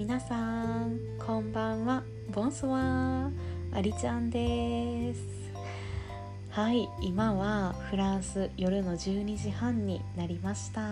皆さんこんばんは、ボンソワー、ありちゃんです。はい、今はフランス夜の12時半になりました。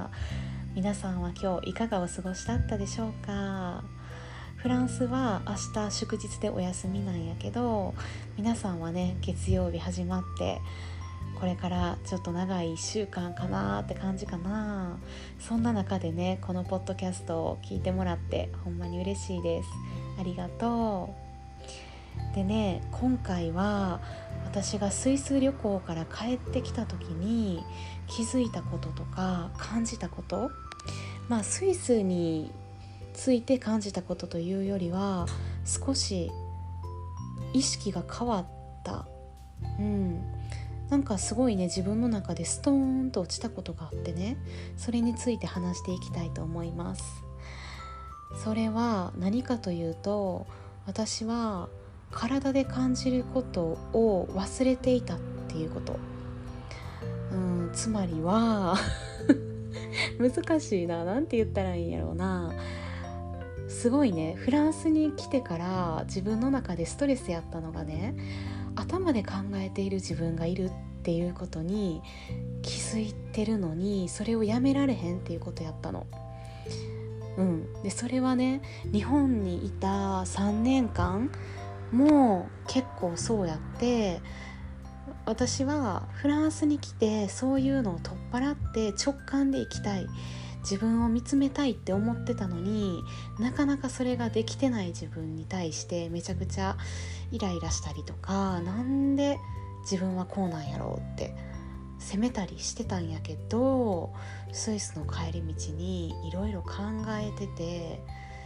皆さんは今日いかがお過ごしだったでしょうか。フランスは明日祝日でお休みなんやけど、皆さんはね、月曜日始まってこれからちょっと長い1週間かなって感じかな。そんな中でね、このポッドキャストを聞いてもらってほんまに嬉しいです。ありがとう。でね、今回は私がスイス旅行から帰ってきた時に気づいたこととか感じたこと、スイスについて感じたことというよりは、少し意識が変わった。なんかすごいね、自分の中でストーンと落ちたことがあってね、それについて話していきたいと思います。それは何かというと、私は体で感じることを忘れていたっていうこと。つまりは難しいな、なんて言ったらいいんやろうな。すごいね、フランスに来てから自分の中でストレスやったのがね、頭で考えている自分がいるっていうことに気づいてるのに、それをやめられへんっていうことやったの。でそれはね、日本にいた3年間も結構そうやって、私はフランスに来てそういうのを取っ払って直感で生きたい、自分を見つめたいって思ってたのに、なかなかそれができてない自分に対してめちゃくちゃイライラしたりとか、なんで自分はこうなんやろうって責めたりしてたんやけど、スイスの帰り道にいろいろ考えてて、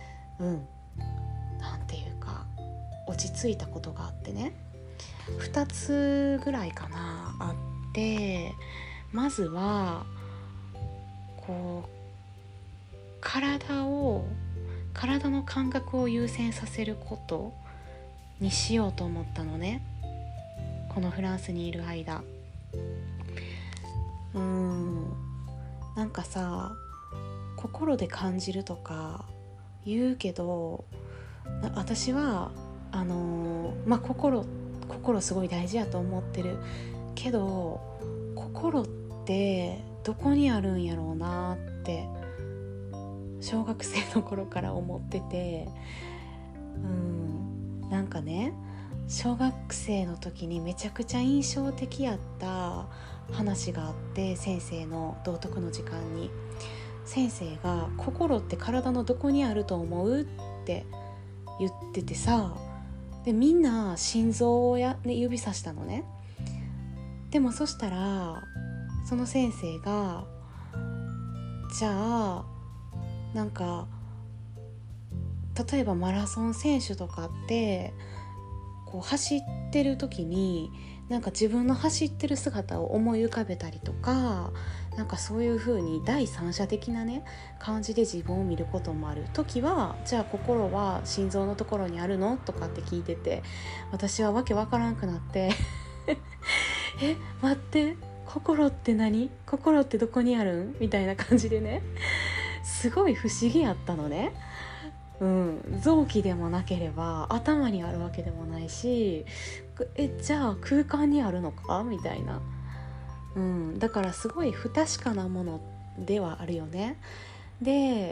なんていうか落ち着いたことがあってね、2つぐらいかなあって、まずはこう体の感覚を優先させることにしようと思ったのね、このフランスにいる間。なんかさ、心で感じるとか言うけど、私は心すごい大事やと思ってるけど、心ってどこにあるんやろうなって小学生の頃から思ってて、なんかね、小学生の時にめちゃくちゃ印象的やった話があって、先生の道徳の時間に先生が心って体のどこにあると思うって言っててさ、でみんな心臓を指さしたのね。でもそしたらその先生が、じゃあなんか例えばマラソン選手とかってこう走ってる時になんか自分の走ってる姿を思い浮かべたりとか、なんかそういう風に第三者的なね感じで自分を見ることもある時は、じゃあ心は心臓のところにあるのとかって聞いてて、私はわけわからんくなって待って、心って何？心ってどこにあるん？みたいな感じでね、すごい不思議やったのね。臓器でもなければ頭にあるわけでもないし、じゃあ空間にあるのかみたいな。だからすごい不確かなものではあるよね。で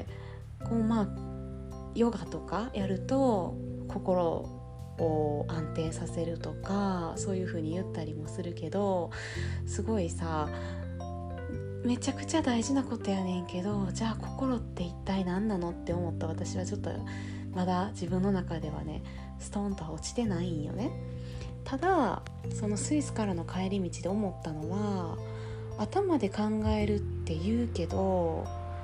ヨガとかやると心を安定させるとか、そういう風に言ったりもするけど、すごいさ、めちゃくちゃ大事なことやねんけど、じゃあ心って一体何なのって思った私はちょっとまだ自分の中ではねストーンとは落ちてないんよね。ただそのスイスからの帰り道で思ったのは、頭で考えるって言うけど、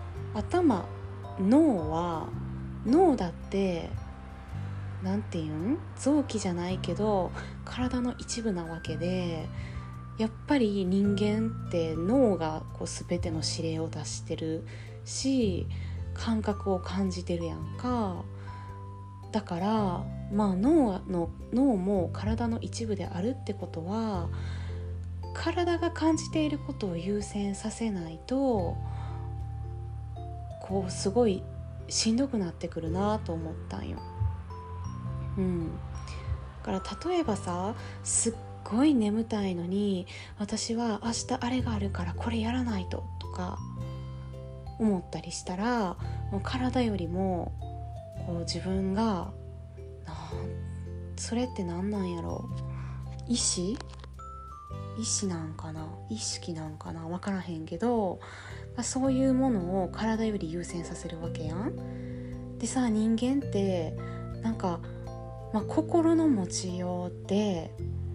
脳だってなんていうん、臓器じゃないけど体の一部なわけで、やっぱり人間って脳がこう全ての指令を出してるし、感覚を感じてるやんか。だから脳も体の一部であるってことは、体が感じていることを優先させないと、こうすごいしんどくなってくるなと思ったんよ。だから例えばさ、すっごい眠たいのに私は明日あれがあるからこれやらないととか思ったりしたら、もう体よりもこう自分がそれって何なんやろう、意志なんかな、意識なんかな、分からへんけど、そういうものを体より優先させるわけやん。でさ、人間ってなんか、心の持ちようで、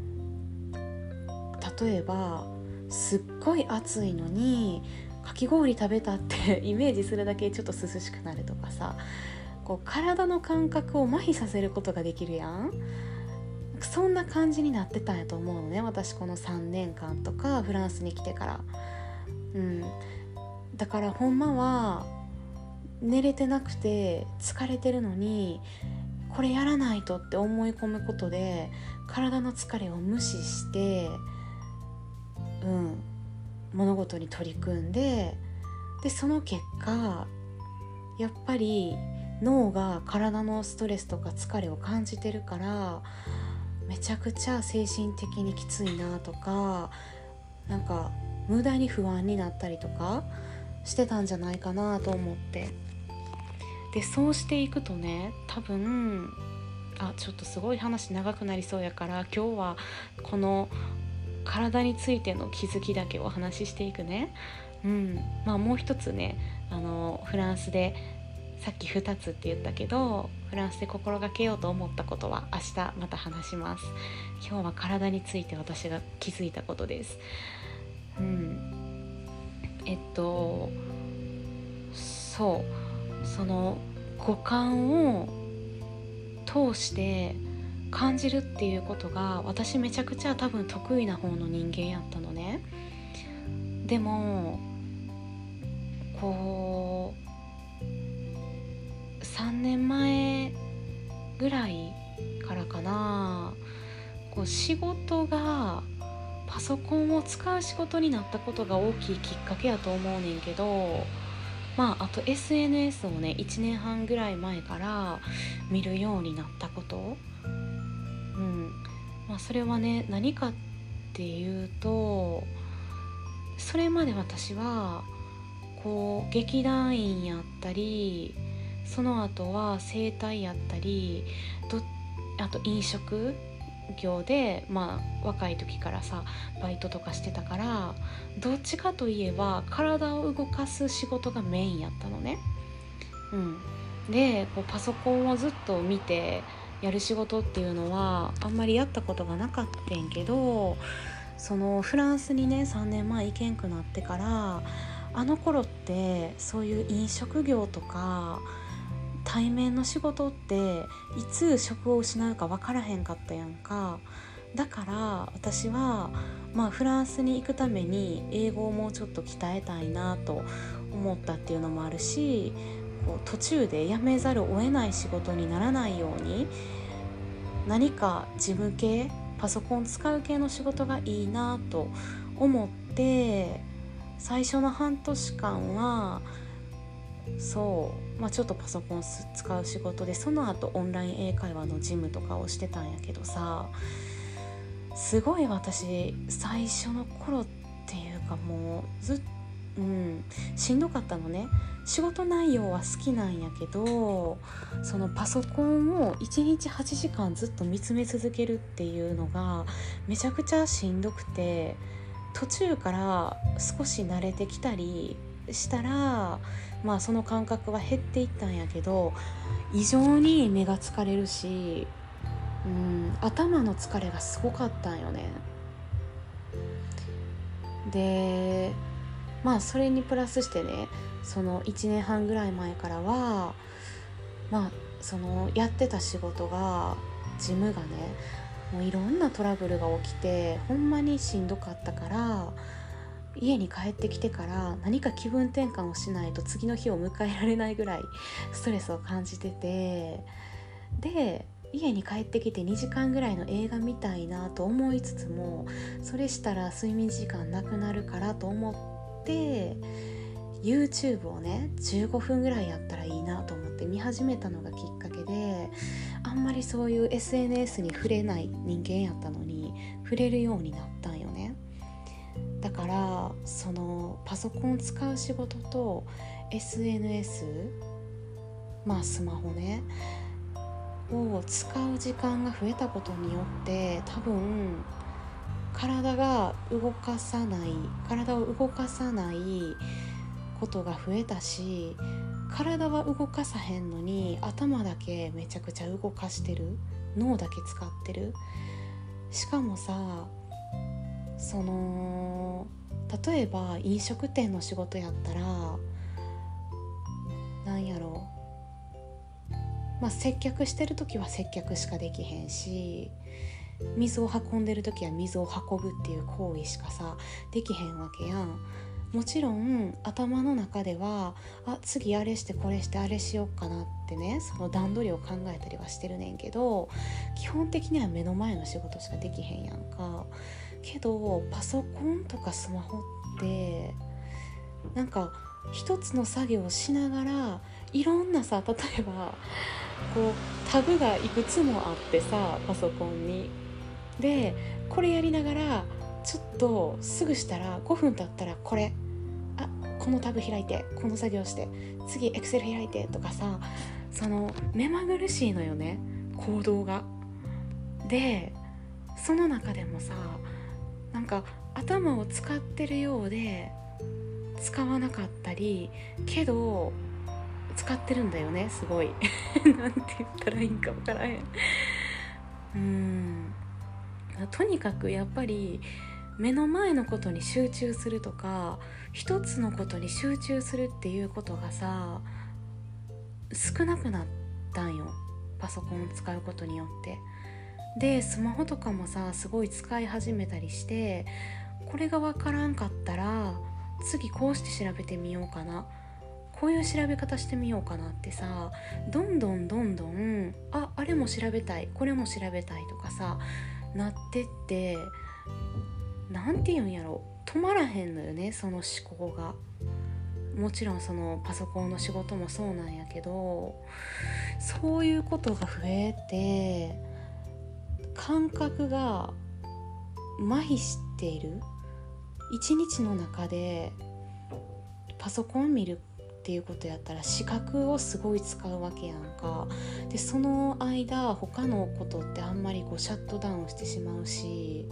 例えばすっごい暑いのにかき氷食べたってイメージするだけでちょっと涼しくなるとかさ、こう体の感覚を麻痺させることができるやん。そんな感じになってたんやと思うのね、私この3年間とかフランスに来てから。だからほんまは寝れてなくて疲れてるのにこれやらないとって思い込むことで体の疲れを無視して物事に取り組んで、その結果やっぱり脳が体のストレスとか疲れを感じてるから、めちゃくちゃ精神的にきついなとか、なんか無駄に不安になったりとかしてたんじゃないかなと思って。でそうしていくとね、多分ちょっとすごい話長くなりそうやから、今日はこの体についての気づきだけお話ししていくね。もう一つね、フランスでさっき2つって言ったけど、フランスで心がけようと思ったことは明日また話します。今日は体について私が気づいたことです。その五感を通して感じるっていうことが私めちゃくちゃ多分得意な方の人間やったのね。でもこう3年前ぐらいからかな、こう仕事がパソコンを使う仕事になったことが大きいきっかけやと思うねんけど、あと SNS をね1年半ぐらい前から見るようになったこと、それはね何かっていうと、それまで私はこう劇団員やったり、その後は整体やったり、あと飲食業で若い時からさバイトとかしてたから、どっちかといえば体を動かす仕事がメインやったのね。でこうパソコンをずっと見てやる仕事っていうのはあんまりやったことがなかったんけど、そのフランスにね3年前行けんくなってから、あの頃ってそういう飲食業とか対面の仕事っていつ職を失うか分からへんかったやんか。だから私はフランスに行くために英語をもうちょっと鍛えたいなと思ったっていうのもあるし、こう途中で辞めざるを得ない仕事にならないように、何か事務系パソコン使う系の仕事がいいなと思って、最初の半年間はちょっとパソコン使う仕事で、その後オンライン英会話のジムとかをしてたんやけどさ、すごい私最初の頃っていうかもうしんどかったのね。仕事内容は好きなんやけど、そのパソコンを1日8時間ずっと見つめ続けるっていうのがめちゃくちゃしんどくて、途中から少し慣れてきたりしたらその感覚は減っていったんやけど、異常に目が疲れるし、頭の疲れがすごかったんよね。でそれにプラスしてね、その1年半ぐらい前からはそのやってた仕事がジムがねもういろんなトラブルが起きてほんまにしんどかったから、家に帰ってきてから何か気分転換をしないと次の日を迎えられないぐらいストレスを感じてて、で家に帰ってきて2時間ぐらいの映画見たいなと思いつつも、それしたら睡眠時間なくなるからと思って YouTube をね15分ぐらいやったらいいなと思って見始めたのがきっかけで、あんまりそういう SNS に触れない人間やったのに触れるようになったんよね。だからそのパソコン使う仕事と SNS、 スマホねを使う時間が増えたことによって、多分体を動かさないことが増えたし、体は動かさへんのに頭だけめちゃくちゃ動かしてる、脳だけ使ってる。しかもさ、その例えば飲食店の仕事やったらなんやろう、接客してる時は接客しかできへんし、水を運んでる時は水を運ぶっていう行為しかさできへんわけやん。もちろん頭の中では次あれしてこれしてあれしようかなってね、その段取りを考えたりはしてるねんけど、基本的には目の前の仕事しかできへんやんか。けどパソコンとかスマホってなんか一つの作業をしながらいろんなさ、例えばこうタブがいくつもあってさ、パソコンにでこれやりながらちょっとすぐしたら5分経ったらこのタブ開いてこの作業して次エクセル開いてとかさ、その目まぐるしいのよね、行動が。でその中でもさ、なんか頭を使ってるようで使わなかったり、けど使ってるんだよね、すごいなんて言ったらいいんか分からへん。とにかくやっぱり目の前のことに集中するとか、一つのことに集中するっていうことがさ少なくなったんよ、パソコンを使うことによって。でスマホとかもさすごい使い始めたりして、これが分からんかったら次こうして調べてみようかな、こういう調べ方してみようかなってさ、どんどんあれも調べたいこれも調べたいとかさなってって、なんていうんやろ、止まらへんのよね、その思考が。もちろんそのパソコンの仕事もそうなんやけど、そういうことが増えて感覚が麻痺している。一日の中でパソコン見るっていうことやったら視覚をすごい使うわけやんか。でその間他のことってあんまりシャットダウンしてしまうし、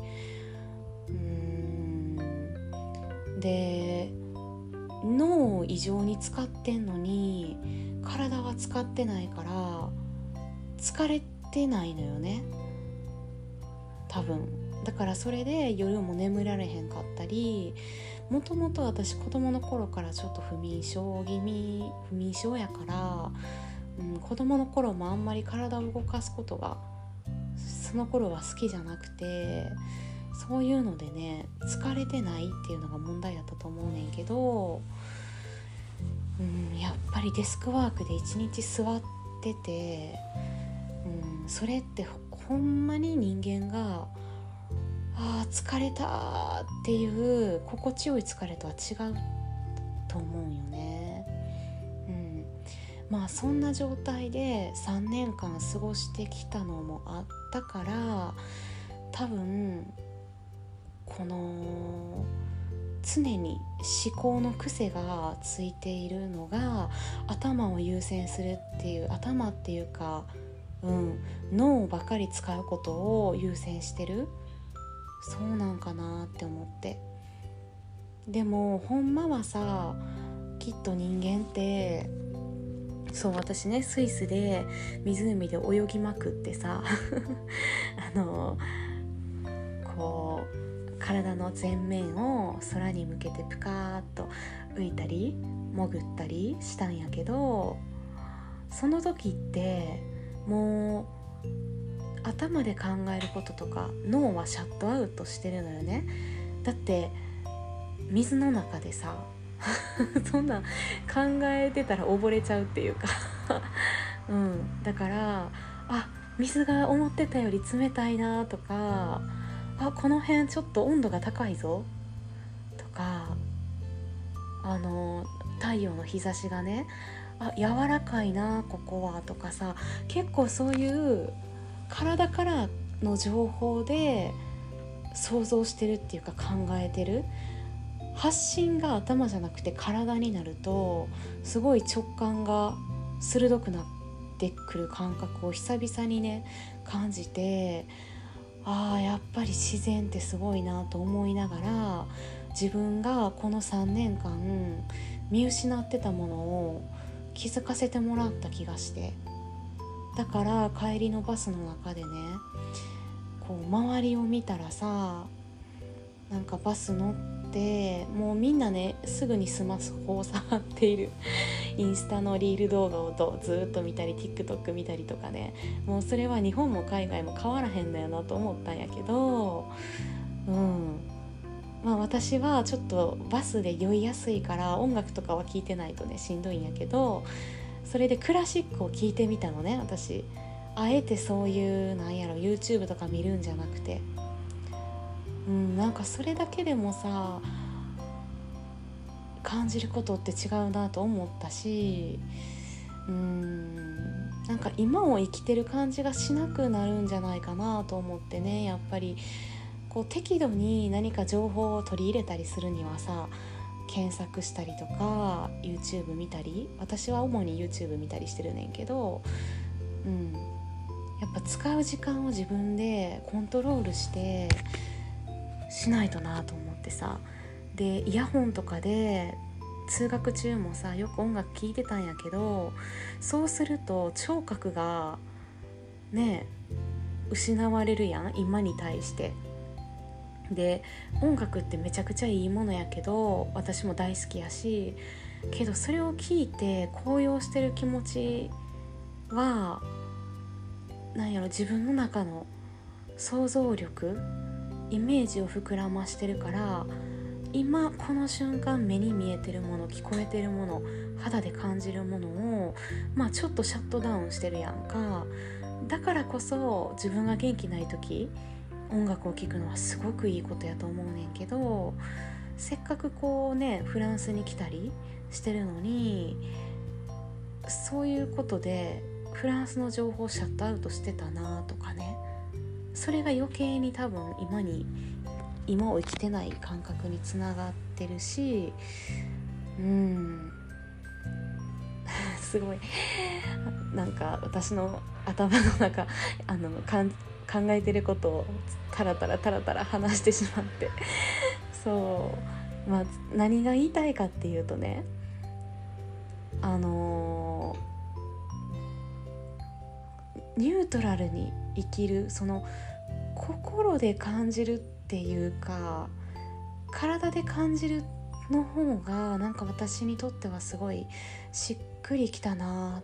で脳を異常に使ってんのに体は使ってないから疲れてないのよね、多分。だからそれで夜も眠られへんかったり、もともと私子供の頃からちょっと不眠症やから、子供の頃もあんまり体を動かすことがその頃は好きじゃなくて、そういうのでね疲れてないっていうのが問題だったと思うねんけど、やっぱりデスクワークで一日座ってて、それってほんまに人間が疲れたっていう心地よい疲れとは違うと思うんよね。そんな状態で3年間過ごしてきたのもあったから、多分この常に思考の癖がついているのが頭を優先するっていう、頭っていうか、脳ばかり使うことを優先してる、そうなんかなって思って。でもほんまはさ、きっと人間ってそう、私ねスイスで湖で泳ぎまくってさこう体の前面を空に向けてプカーッと浮いたり潜ったりしたんやけど、その時ってもう頭で考えることとか脳はシャットアウトしてるのよね。だって水の中でさそんな考えてたら溺れちゃうっていうかだから水が思ってたより冷たいなとか、この辺ちょっと温度が高いぞとか、 太陽の日差しがね、柔らかいなここはとかさ、結構そういう体からの情報で想像してるっていうか考えてる、発信が頭じゃなくて体になるとすごい直感が鋭くなってくる感覚を久々にね感じて、やっぱり自然ってすごいなと思いながら、自分がこの3年間見失ってたものを気づかせてもらった気がして、だから帰りのバスの中でね、こう周りを見たらさ、なんかバス乗ってもうみんなねすぐにスマホを触っているインスタのリール動画をずっと見たり TikTok 見たりとかね、もうそれは日本も海外も変わらへんのやなと思ったんやけど、私はちょっとバスで酔いやすいから音楽とかは聴いてないとねしんどいんやけど、それでクラシックを聴いてみたのね。私あえてそういうYouTube とか見るんじゃなくて、なんかそれだけでもさ感じることって違うなと思ったし、なんか今を生きてる感じがしなくなるんじゃないかなと思ってね。やっぱりこう適度に何か情報を取り入れたりするにはさ、検索したりとか YouTube 見たり、私は主に YouTube 見たりしてるねんけど、やっぱ使う時間を自分でコントロールしてしないとなと思ってさ。でイヤホンとかで通学中もさよく音楽聴いてたんやけど、そうすると聴覚がね失われるやん、今に対して。で音楽ってめちゃくちゃいいものやけど私も大好きやし、けどそれを聞いて高揚してる気持ちは自分の中の想像力、イメージを膨らましてるから、今この瞬間目に見えてるもの、聞こえてるもの、肌で感じるものをちょっとシャットダウンしてるやんか。だからこそ自分が元気ない時音楽を聴くのはすごくいいことやと思うねんけど、せっかくこうねフランスに来たりしてるのに、そういうことでフランスの情報をシャットアウトしてたなとかね、それが余計に多分今を生きてない感覚につながってるし、すごいなんか私の頭の中考えてることをタラタラ話してしまって何が言いたいかっていうとね、ニュートラルに生きる、その心で感じるっていうか体で感じるの方がなんか私にとってはすごいしっくりきたなって。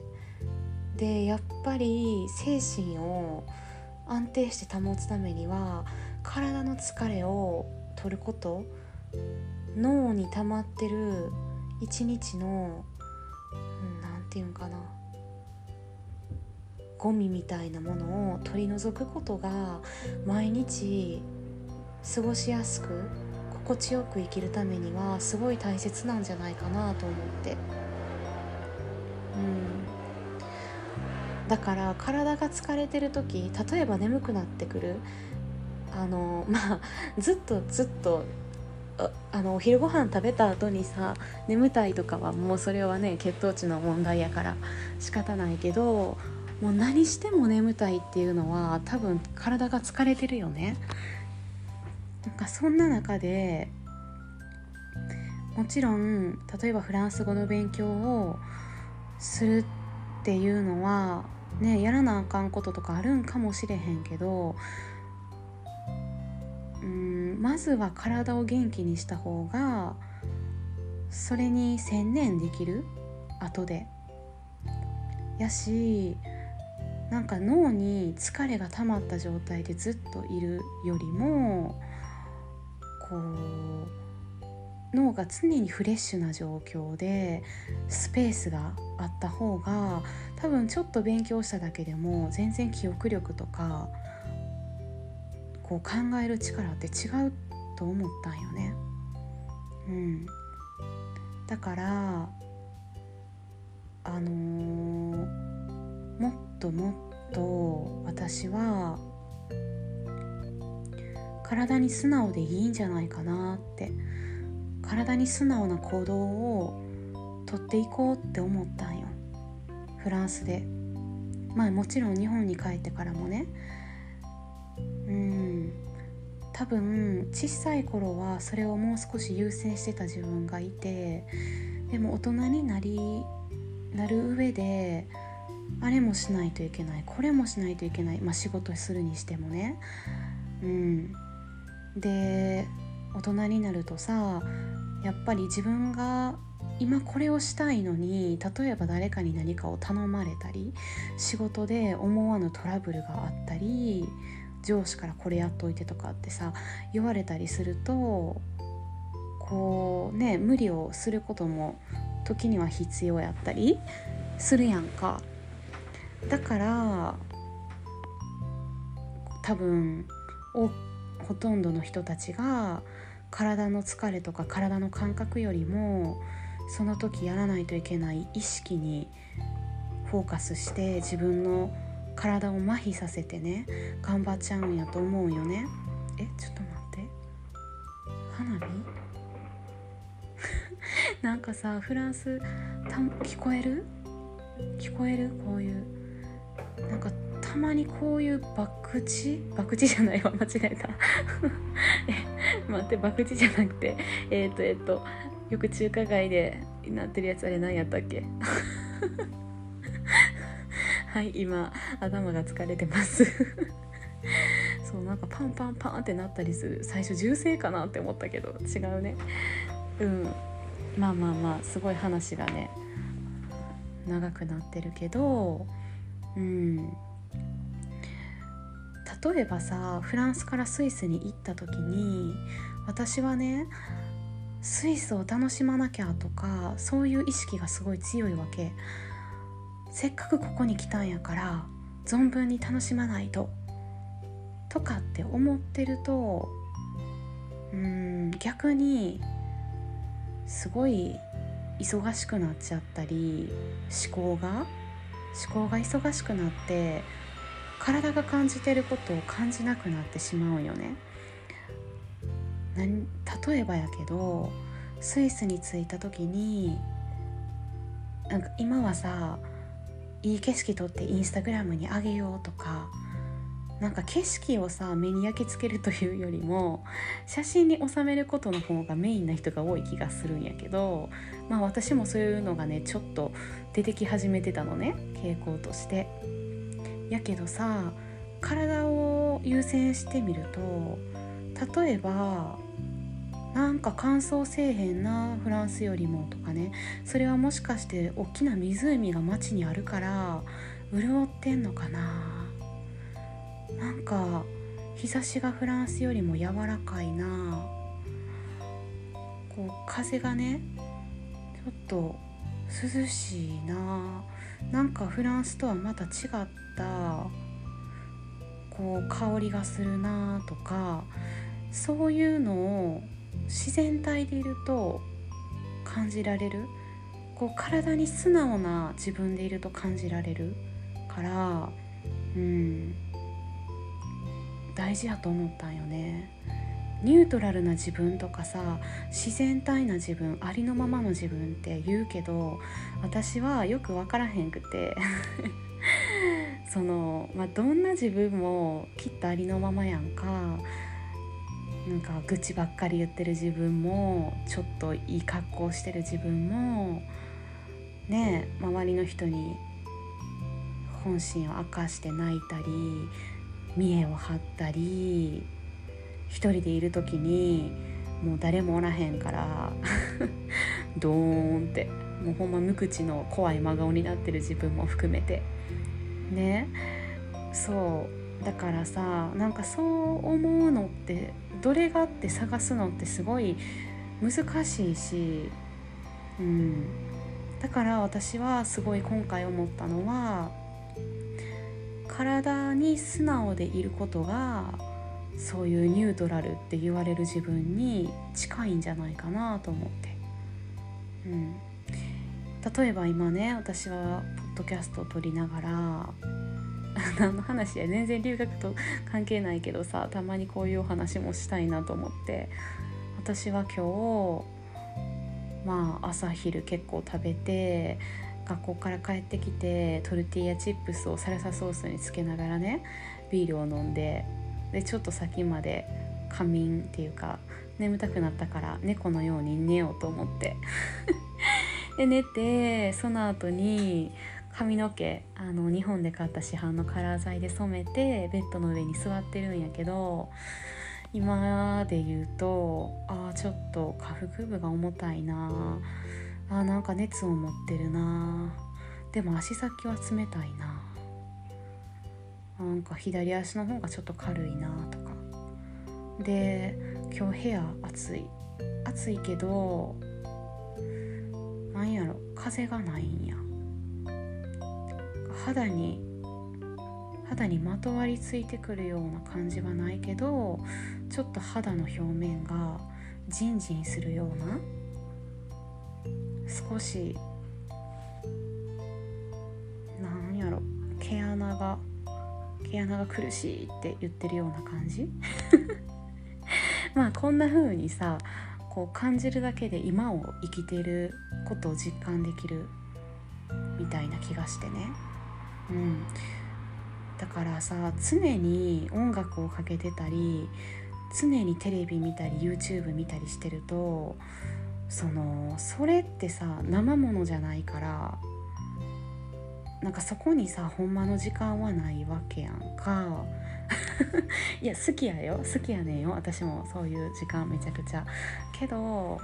でやっぱり精神を安定して保つためには体の疲れを取ること、脳に溜まってる一日のなんていうんかな、ゴミみたいなものを取り除くことが毎日過ごしやすく心地よく生きるためにはすごい大切なんじゃないかなと思って、だから体が疲れてる時、例えば眠くなってくる、ずっとお昼ご飯食べた後にさ眠たいとかはもうそれはね血糖値の問題やから仕方ないけど、もう何しても眠たいっていうのは多分体が疲れてるよね。なんかそんな中でもちろん例えばフランス語の勉強をするっていうのはね、やらなあかんこととかあるんかもしれへんけど、まずは体を元気にした方がそれに専念できる後でやし、なんか脳に疲れが溜まった状態でずっといるよりもこう脳が常にフレッシュな状況でスペースがあった方が多分ちょっと勉強しただけでも全然記憶力とかこう考える力って違うと思ったんよね。 だからもっともっと私は体に素直でいいんじゃないかなって、体に素直な行動をとっていこうって思ったんよ、フランスで。もちろん日本に帰ってからもね、多分小さい頃はそれをもう少し優先してた自分がいて、でも大人になる上であれもしないといけない、これもしないといけない、仕事するにしてもね、で大人になるとさ、やっぱり自分が今これをしたいのに、例えば誰かに何かを頼まれたり、仕事で思わぬトラブルがあったり、上司からこれやっといてとかってさ言われたりすると、こうね、無理をすることも時には必要やったりするやんか。だから多分ほとんどの人たちが体の疲れとか体の感覚よりも、その時やらないといけない意識にフォーカスして、自分の体を麻痺させてね頑張っちゃうんやと思うよね。ちょっと待って、花火なんかさ、フランス聞こえるこういうなんかたまにこういう博打じゃないわ、間違えた待って、博打じゃなくてよく中華街でなってるやつ、あれ何やったっけはい、今頭が疲れてますそう、なんかパンパンパンってなったりする。最初銃声かなって思ったけど違うね。すごい話がね長くなってるけど、例えばさ、フランスからスイスに行った時に、私はねスイスを楽しまなきゃとか、そういう意識がすごい強いわけ。せっかくここに来たんやから存分に楽しまないととかって思ってると、逆にすごい忙しくなっちゃったり、思考が忙しくなって体が感じてることを感じなくなってしまうよね。例えばやけど、スイスに着いた時に、なんか今はさ、いい景色撮ってインスタグラムに上げようとか、なんか景色をさ目に焼き付けるというよりも写真に収めることの方がメインな人が多い気がするんやけど、私もそういうのがねちょっと出てき始めてたのね、傾向として。やけどさ、体を優先してみると、例えばなんか乾燥せえへんなフランスよりもとかね、それはもしかして大きな湖が街にあるから潤ってんのかな、なんか日差しがフランスよりも柔らかいな、こう風がねちょっと涼しいな、なんかフランスとはまた違ったこう香りがするなとか、そういうのを自然体でいると感じられる。こう体に素直な自分でいると感じられるから、大事やと思ったんよね。ニュートラルな自分とかさ、自然体な自分、ありのままの自分って言うけど、私はよく分からへんくてどんな自分もきっとありのままやんか。なんか愚痴ばっかり言ってる自分も、ちょっといい格好してる自分もね、周りの人に本心を明かして泣いたり見栄を張ったり、一人でいる時にもう誰もおらへんからドーンってもうほんま無口の怖い真顔になってる自分も含めてね。そうだからさ、なんかそう思うのってどれがって探すのってすごい難しいし、だから私はすごい今回思ったのは、体に素直でいることがそういうニュートラルって言われる自分に近いんじゃないかなと思って、 例えば今ね、私はポッドキャストを撮りながら何の話や、全然留学と関係ないけどさ、たまにこういうお話もしたいなと思って、私は今日朝昼結構食べて、学校から帰ってきてトルティーヤチップスをサルサソースにつけながらね、ビールを飲んで、でちょっと先まで仮眠っていうか眠たくなったから猫のように寝ようと思ってで寝て、その後に髪の毛日本で買った市販のカラー剤で染めてベッドの上に座ってるんやけど、今で言うとちょっと下腹部が重たいな、なんか熱を持ってるな、でも足先は冷たいな、なんか左足の方がちょっと軽いなとかで、今日部屋暑いけどなんやろ、風がないんや、肌にまとわりついてくるような感じはないけど、ちょっと肌の表面がジンジンするような、少しなんやろ、毛穴が苦しいって言ってるような感じこんな風にさ、こう感じるだけで今を生きてることを実感できるみたいな気がしてね、だからさ、常に音楽をかけてたり、常にテレビ見たり YouTube 見たりしてると、それってさ生ものじゃないから、なんかそこにさほんまの時間はないわけやんかいや好きやねんよ、私もそういう時間めちゃくちゃけど、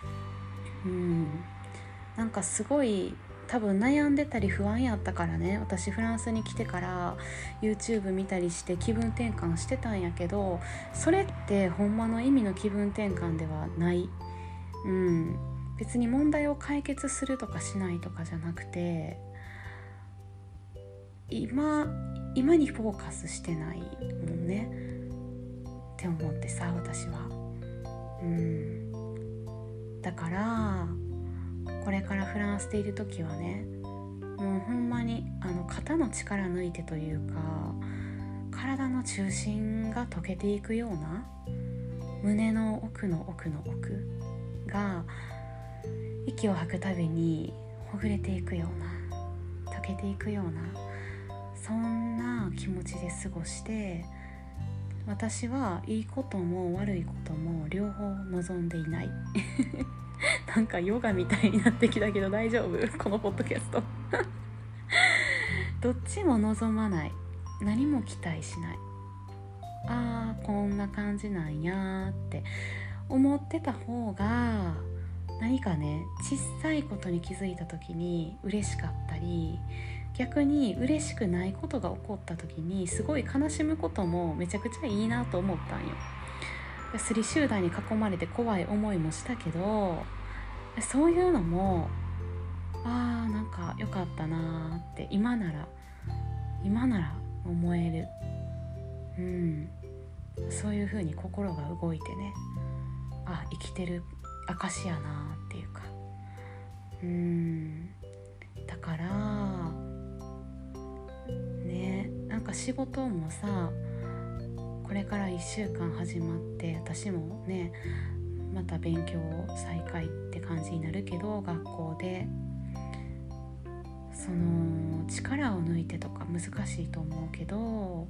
なんかすごい多分悩んでたり不安やったからね、私フランスに来てから YouTube 見たりして気分転換してたんやけど、それってほんまの意味の気分転換ではない、別に問題を解決するとかしないとかじゃなくて、今にフォーカスしてないもんねって思ってさ、私はだからこれからフランスでいる時はね、もうほんまに肩の力抜いてというか、体の中心が溶けていくような、胸の奥の奥の奥が息を吐くたびにほぐれていくような、溶けていくような、そんな気持ちで過ごして、私はいいことも悪いことも両方望んでいないなんかヨガみたいになってきたけど大丈夫？このポッドキャストどっちも望まない、何も期待しない、こんな感じなんやって思ってた方が、何かね、小さいことに気づいた時に嬉しかったり、逆に嬉しくないことが起こった時にすごい悲しむこともめちゃくちゃいいなと思ったんよ。スリ集団に囲まれて怖い思いもしたけど、そういうのもなんか良かったなって今なら思える。そういう風に心が動いてね、生きてる証やなっていうか、だからね、なんか仕事もさ、これから1週間始まって、私もねまた勉強再開って感じになるけど、学校でその力を抜いてとか難しいと思うけど、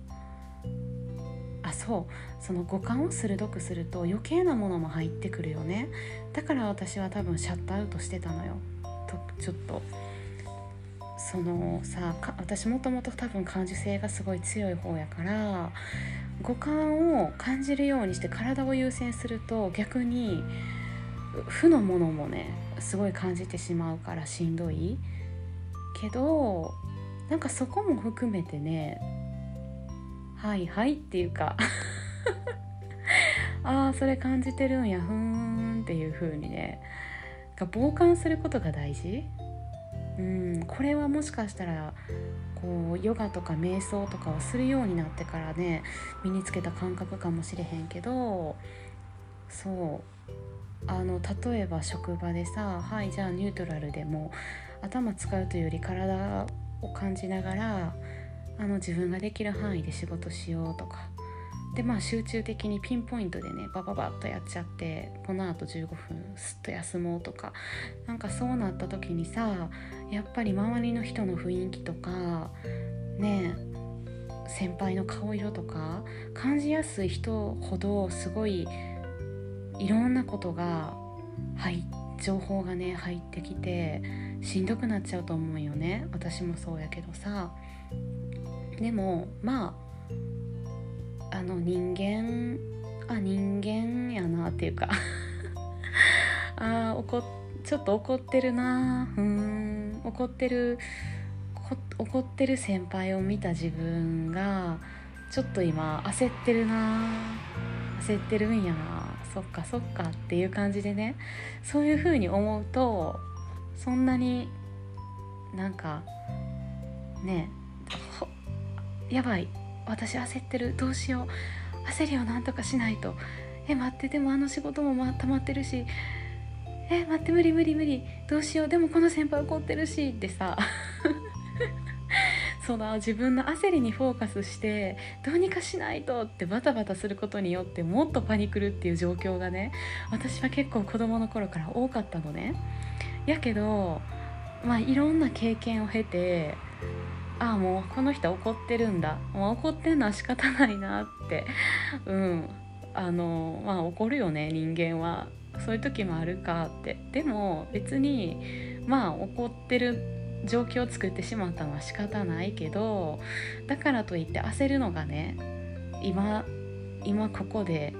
その五感を鋭くすると余計なものも入ってくるよね。だから私は多分シャットアウトしてたのよ。ちょっとそのさ、私もともと多分感受性がすごい強い方やから、五感を感じるようにして体を優先すると、逆に負のものもねすごい感じてしまうからしんどいけど、なんかそこも含めてね、はいはいっていうかそれ感じてるんや、ふーんっていう風にね、傍観することが大事。これはもしかしたらこうヨガとか瞑想とかをするようになってからね身につけた感覚かもしれへんけど、そう例えば職場でさ、はいじゃあニュートラルでも頭使うというより体を感じながら自分ができる範囲で仕事しようとかで、集中的にピンポイントでねバババッとやっちゃって、このあと15分すっと休もうとか、なんかそうなった時にさ、やっぱり周りの人の雰囲気とかね、先輩の顔色とか感じやすい人ほどすごいいろんなことが情報がね入ってきてしんどくなっちゃうと思うよね。私もそうやけどさ。でも人間やなっていうかちょっと怒ってるな、怒ってる先輩を見た自分がちょっと今焦ってるんやな、そっかっていう感じでね、そういう風に思うとそんなになんかね、やばい私焦ってる、どうしよう、焦りをなんとかしないと、待ってでも仕事も溜まってるし、待って無理どうしよう、でもこの先輩怒ってるしってさ自分の焦りにフォーカスしてどうにかしないとってバタバタすることによってもっとパニクるっていう状況がね、私は結構子供の頃から多かったのね。やけどいろんな経験を経て、もうこの人は怒ってるんだ、もう怒ってんのは仕方ないなって怒るよね人間は、そういう時もあるかって。でも別に怒ってる状況を作ってしまったのは仕方ないけど、だからといって焦るのがね今ここで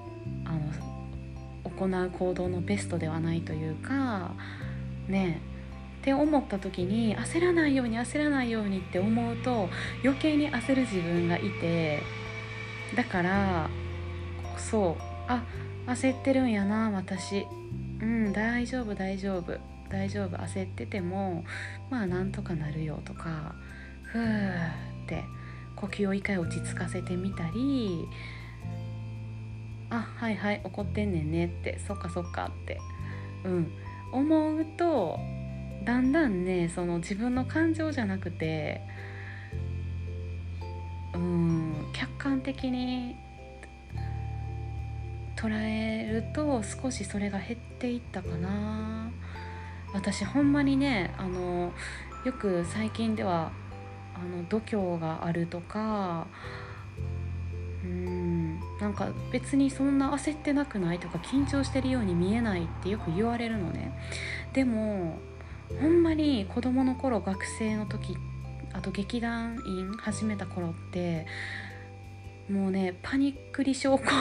行う行動のベストではないというかねって思った時に、焦らないようにって思うと余計に焦る自分がいて、だから焦ってるんやな私、大丈夫焦っててもなんとかなるよとか、ふーって呼吸を一回落ち着かせてみたり、はい怒ってんねんねって、そっかって思うと、だんだんね自分の感情じゃなくて客観的に捉えると少しそれが減っていったかな。私ほんまにねよく最近では度胸があるとかなんか別にそんな焦ってなくないとか緊張してるように見えないってよく言われるのね。でもほんまに子供の頃、学生の時、あと劇団員始めた頃ってもうねパニックリ症候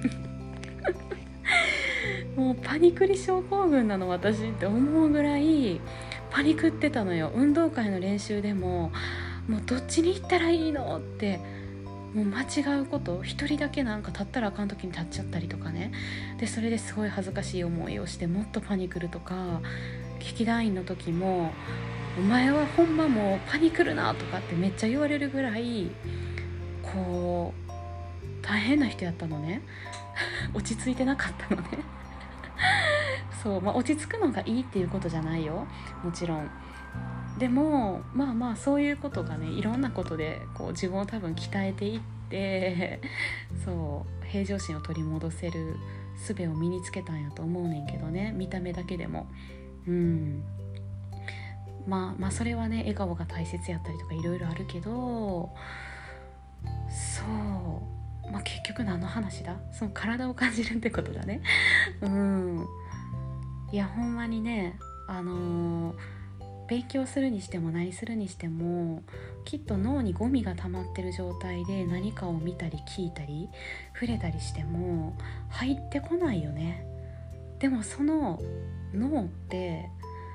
群もうパニクリ症候群なの私って思うぐらいパニクってたのよ。運動会の練習でもうどっちに行ったらいいのって、もう間違うこと、一人だけなんか立ったらあかん時に立っちゃったりとかね。でそれですごい恥ずかしい思いをしてもっとパニクるとか、劇団員の時もお前はほんまもうパニクるなとかってめっちゃ言われるぐらい大変な人やったのね落ち着いてなかったのね落ち着くのがいいっていうことじゃないよ、もちろん。でもそういうことがねいろんなことで自分を多分鍛えていって平常心を取り戻せる術を身につけたんやと思うねんけどね、見た目だけでもそれはね笑顔が大切やったりとかいろいろあるけど、結局何の話だ、その体を感じるってことだねいやほんまにね勉強するにしても何するにしてもきっと脳にゴミが溜まってる状態で何かを見たり聞いたり触れたりしても入ってこないよね。でもその脳って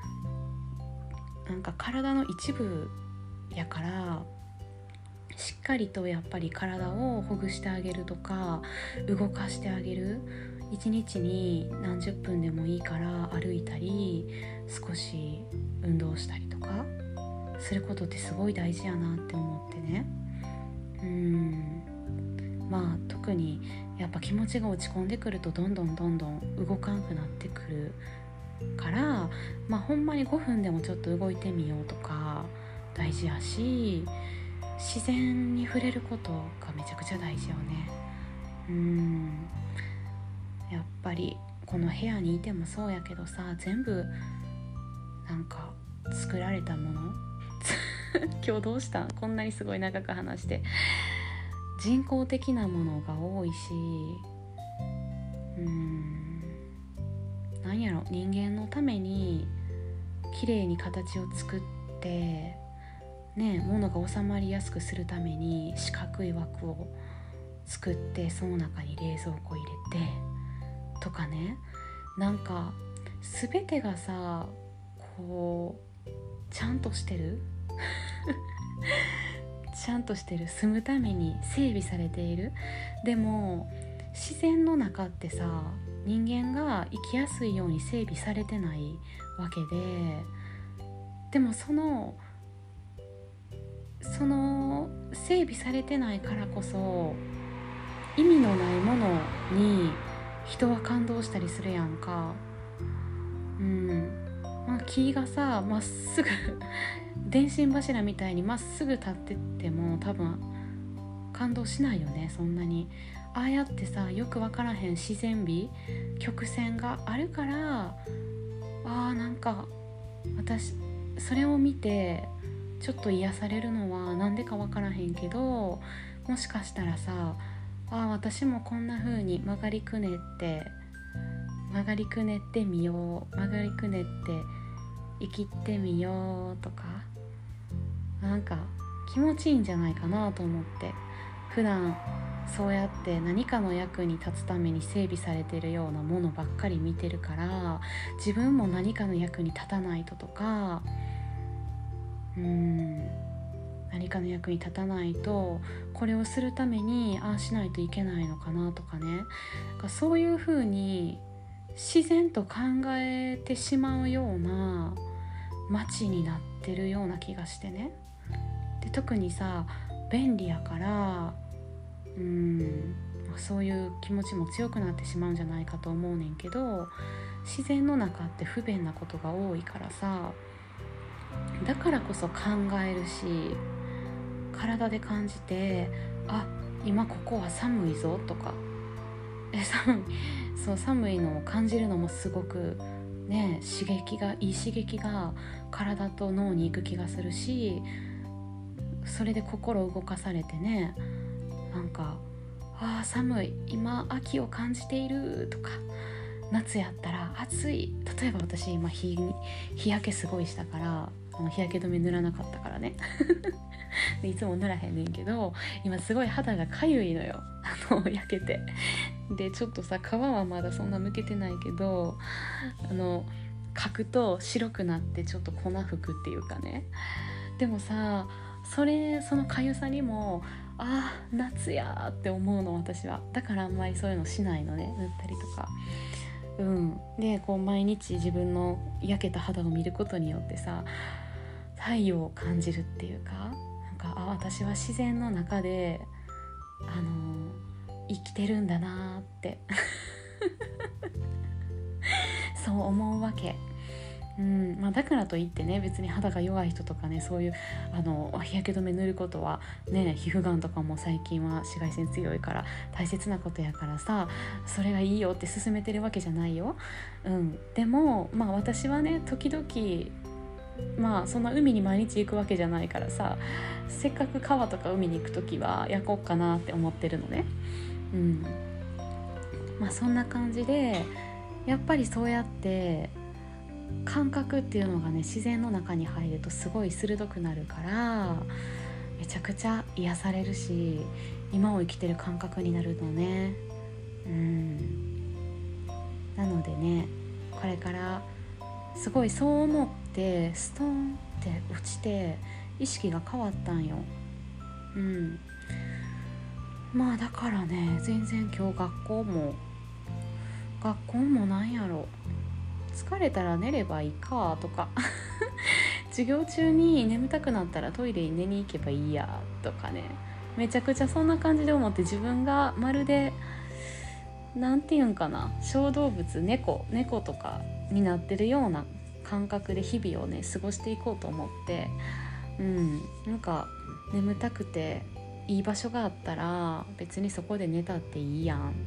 なんか体の一部やから、しっかりとやっぱり体をほぐしてあげるとか動かしてあげる、一日に何十分でもいいから歩いたり少し運動したりとかすることってすごい大事やなって思ってね。 特にやっぱ気持ちが落ち込んでくるとどんどん動かんくなってくるから、ほんまに5分でもちょっと動いてみようとか大事やし、自然に触れることがめちゃくちゃ大事よね。やっぱりこの部屋にいてもそうやけどさ、全部なんか作られたもの今日どうしたん？こんなにすごい長く話して。人工的なものが多いし、なんやろ、人間のために綺麗に形を作ってね、物が収まりやすくするために四角い枠を作って、その中に冷蔵庫入れてとかね、なんか全てがさ、こうちゃんとしてるちゃんとしてる、住むために整備されている。でも自然の中ってさ、人間が生きやすいように整備されてないわけで、でもその整備されてないからこそ意味のないものに人は感動したりするやんか。木がさ、まっすぐ電信柱みたいにまっすぐ立ってっても多分感動しないよね、そんなに。ああやってさ、よくわからへん自然美、曲線があるから、なんか私それを見てちょっと癒されるのはなんでかわからへんけど、もしかしたらさ、私もこんな風に曲がりくねってみよう、曲がりくねって生きてみようとか、なんか気持ちいいんじゃないかなと思って。普段そうやって何かの役に立つために整備されているようなものばっかり見てるから、自分も何かの役に立たないととか、何かの役に立たないと、これをするためにしないといけないのかなとかね、そういう風に自然と考えてしまうような街になってるような気がしてね。で、特にさ、便利やからそういう気持ちも強くなってしまうんじゃないかと思うねんけど、自然の中って不便なことが多いからさ、だからこそ考えるし、体で感じて、今ここは寒いぞとか、寒いのを感じるのもすごくね、いい刺激が体と脳に行く気がするし、それで心動かされてね、なんか寒い、今秋を感じているとか、夏やったら暑い、例えば私今日焼けすごいしたから、日焼け止め塗らなかったからねでいつも塗らへんねんけど、今すごい肌がかゆいのよ焼けて。でちょっとさ、皮はまだそんなむけてないけど、かくと白くなってちょっと粉吹くっていうかね。でもさ、そのかゆさにも夏やって思うの、私は。だからあんまりそういうのしないのね、塗ったりとか。でこう毎日自分の焼けた肌を見ることによってさ、太陽を感じるっていうか、なんか私は自然の中で生きてるんだなってそう思うわけ。だからといってね、別に肌が弱い人とかね、そういう日焼け止め塗ることはね、皮膚がんとかも最近は紫外線強いから大切なことやからさ、それがいいよって勧めてるわけじゃないよ。でも私はね、時々そんな海に毎日行くわけじゃないからさ、せっかく川とか海に行くときは焼こうかなって思ってるのね。そんな感じで、やっぱりそうやって感覚っていうのがね、自然の中に入るとすごい鋭くなるから、めちゃくちゃ癒されるし、今を生きてる感覚になるのね。なのでね、これからすごいそう思ってストーンって落ちて意識が変わったんよ。だからね、全然今日学校もなんやろ、疲れたら寝ればいいかとか授業中に眠たくなったらトイレに寝に行けばいいやとかね、 めちゃくちゃそんな感じで思って、自分がまるでなんていうんかな、小動物、猫とかになってるような感覚で日々をね過ごしていこうと思って、なんか眠たくていい場所があったら別にそこで寝たっていいやんって、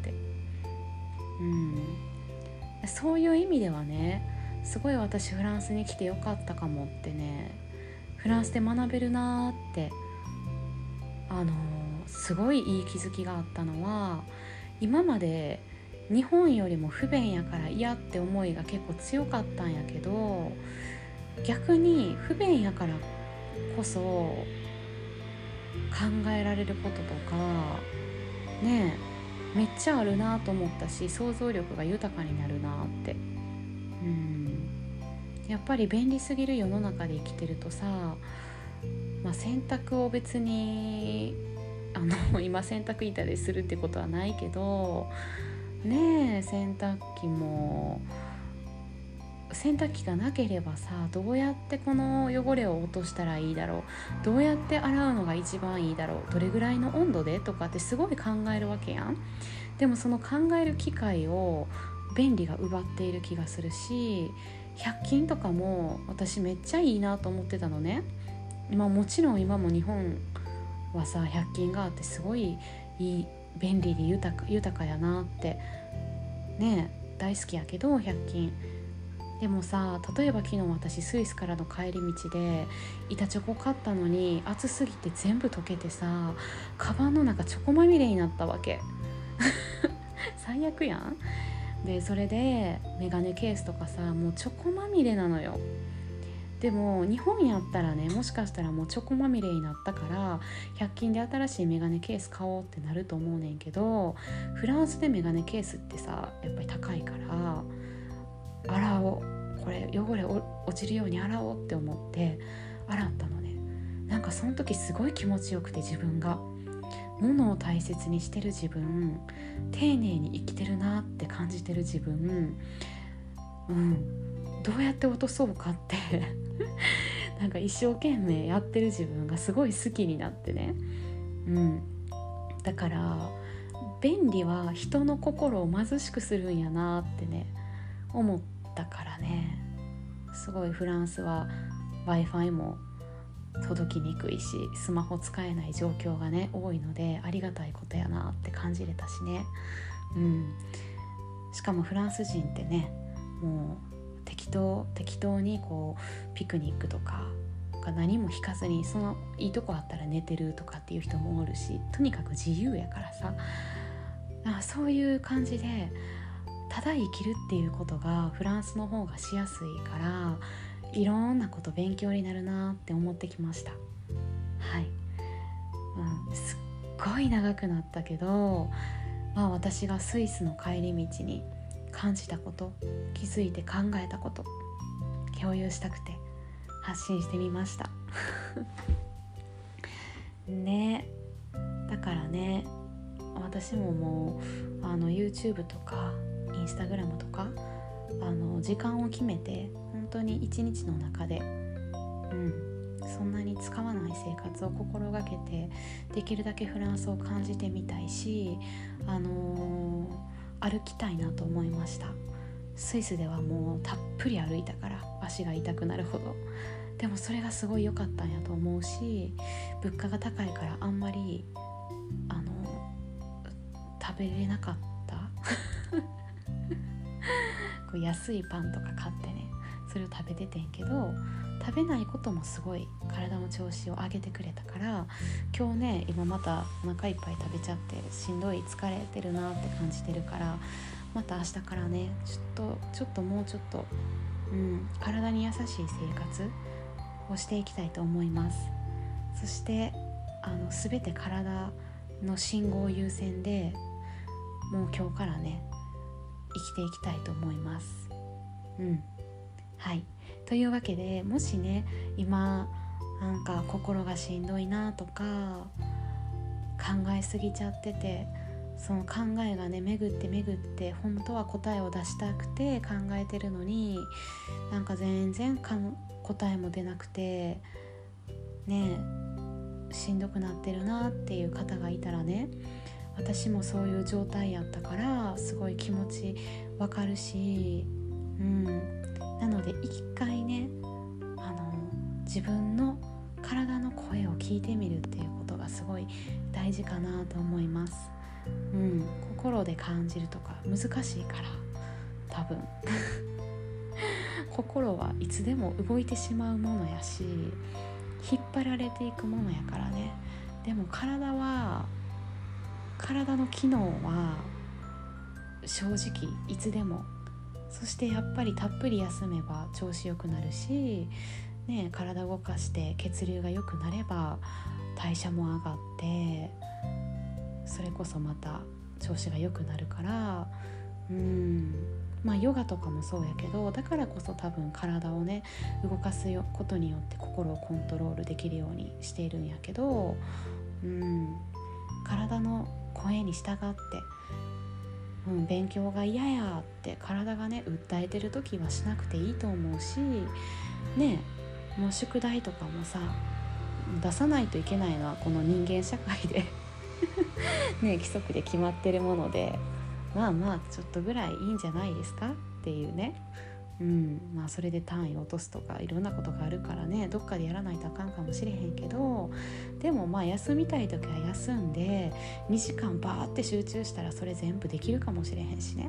そういう意味ではね、すごい私フランスに来てよかったかもってね、フランスで学べるなってすごいいい気づきがあったのは、今まで日本よりも不便やから嫌って思いが結構強かったんやけど、逆に不便やからこそ考えられることとかねめっちゃあるなと思ったし、想像力が豊かになるなって、やっぱり便利すぎる世の中で生きてるとさ、洗濯を別に今洗濯板でするってことはないけどね、洗濯機がなければさ、どうやってこの汚れを落としたらいいだろう、どうやって洗うのが一番いいだろう、どれぐらいの温度でとかってすごい考えるわけやん。でもその考える機会を便利が奪っている気がするし、100均とかも私めっちゃいいなと思ってたのね。もちろん今も日本はさ100均があってすごいいい、便利で豊かやなってね大好きやけど100均でもさ、例えば昨日私スイスからの帰り道で板チョコ買ったのに暑すぎて全部溶けてさ、カバンの中チョコまみれになったわけ最悪やん。でそれでメガネケースとかさもうチョコまみれなのよ。でも日本やったらね、もしかしたらもうチョコまみれになったから100均で新しいメガネケース買おうってなると思うねんけど、フランスでメガネケースってさやっぱり高いから、洗おう、これ汚れ落ちるように洗おうって思って洗ったのね。なんかその時すごい気持ちよくて、自分が物を大切にしてる自分、丁寧に生きてるなって感じてる自分、どうやって落とそうかってなんか一生懸命やってる自分がすごい好きになってね、だから便利は人の心を貧しくするんやなってね思ったからね、すごいフランスは Wi-Fi も届きにくいしスマホ使えない状況がね多いので、ありがたいことやなって感じれたしね、しかもフランス人ってねもう適当にこうピクニックとか何も引かずに、そのいいとこあったら寝てるとかっていう人もおるし、とにかく自由やからさ、そういう感じでただ生きるっていうことがフランスの方がしやすいから、いろんなこと勉強になるなって思ってきました。はい、すっごい長くなったけど、私がスイスの帰り道に感じたこと、気づいて考えたこと共有したくて発信してみましたね。だからね、私ももうYouTube とか Instagram とか時間を決めて本当に一日の中で、そんなに使わない生活を心がけてできるだけフランスを感じてみたいし、歩きたいなと思いました。スイスではもうたっぷり歩いたから足が痛くなるほど。でもそれがすごい良かったんやと思うし、物価が高いからあんまり食べれなかったこう安いパンとか買ってね、それを食べててんけど、食べないこともすごい体の調子を上げてくれたから、今日ね今またお腹いっぱい食べちゃってしんどい、疲れてるなって感じてるから、また明日からねちょっともうちょっと、体に優しい生活をしていきたいと思います。そして全て体の信号優先でもう今日からね生きていきたいと思います。はい、というわけで、もしね今なんか心がしんどいなとか考えすぎちゃってて、その考えがね巡って本当は答えを出したくて考えてるのに、なんか全然答えも出なくてね、 しんどくなってるなっていう方がいたらね、私もそういう状態やったからすごい気持ちわかるし、なので一回ね、自分の体の声を聞いてみるっていうことがすごい大事かなと思います。心で感じるとか難しいから、多分心はいつでも動いてしまうものやし、引っ張られていくものやからね。でも体の機能は正直いつでも、そしてやっぱりたっぷり休めば調子良くなるし、体動かして血流が良くなれば代謝も上がって、それこそまた調子が良くなるから、ヨガとかもそうやけど、だからこそ多分体をね動かすことによって心をコントロールできるようにしているんやけど、体の声に従って、勉強が嫌やって体がね訴えてる時はしなくていいと思うしもう宿題とかもさ出さないといけないのはこの人間社会で規則で決まってるもので、まあちょっとぐらいいいんじゃないですかっていうね。それで単位を落とすとかいろんなことがあるからね、どっかでやらないとあかんかもしれへんけど、でも休みたい時は休んで2時間バーって集中したらそれ全部できるかもしれへんしね。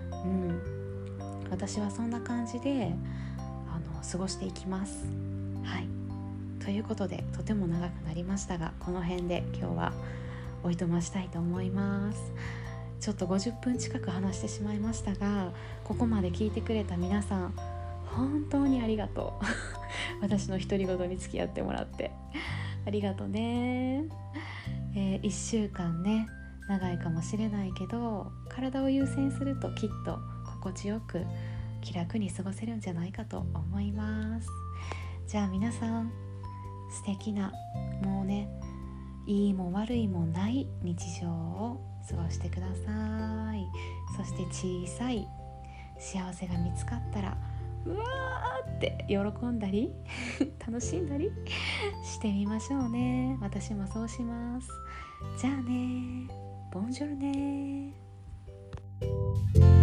私はそんな感じで過ごしていきます。ということでとても長くなりましたが、この辺で今日はおいとましたいと思います。ちょっと50分近く話してしまいましたが、ここまで聞いてくれた皆さん本当にありがとう私の独り言に付き合ってもらってありがとうね。1週間ね長いかもしれないけど、体を優先するときっと心地よく気楽に過ごせるんじゃないかと思います。じゃあ皆さん素敵な、もうねいいも悪いもない日常を過ごしてください。そして小さい幸せが見つかったらうわーって喜んだり楽しんだりしてみましょうね。私もそうします。じゃあね、ボンジョルね。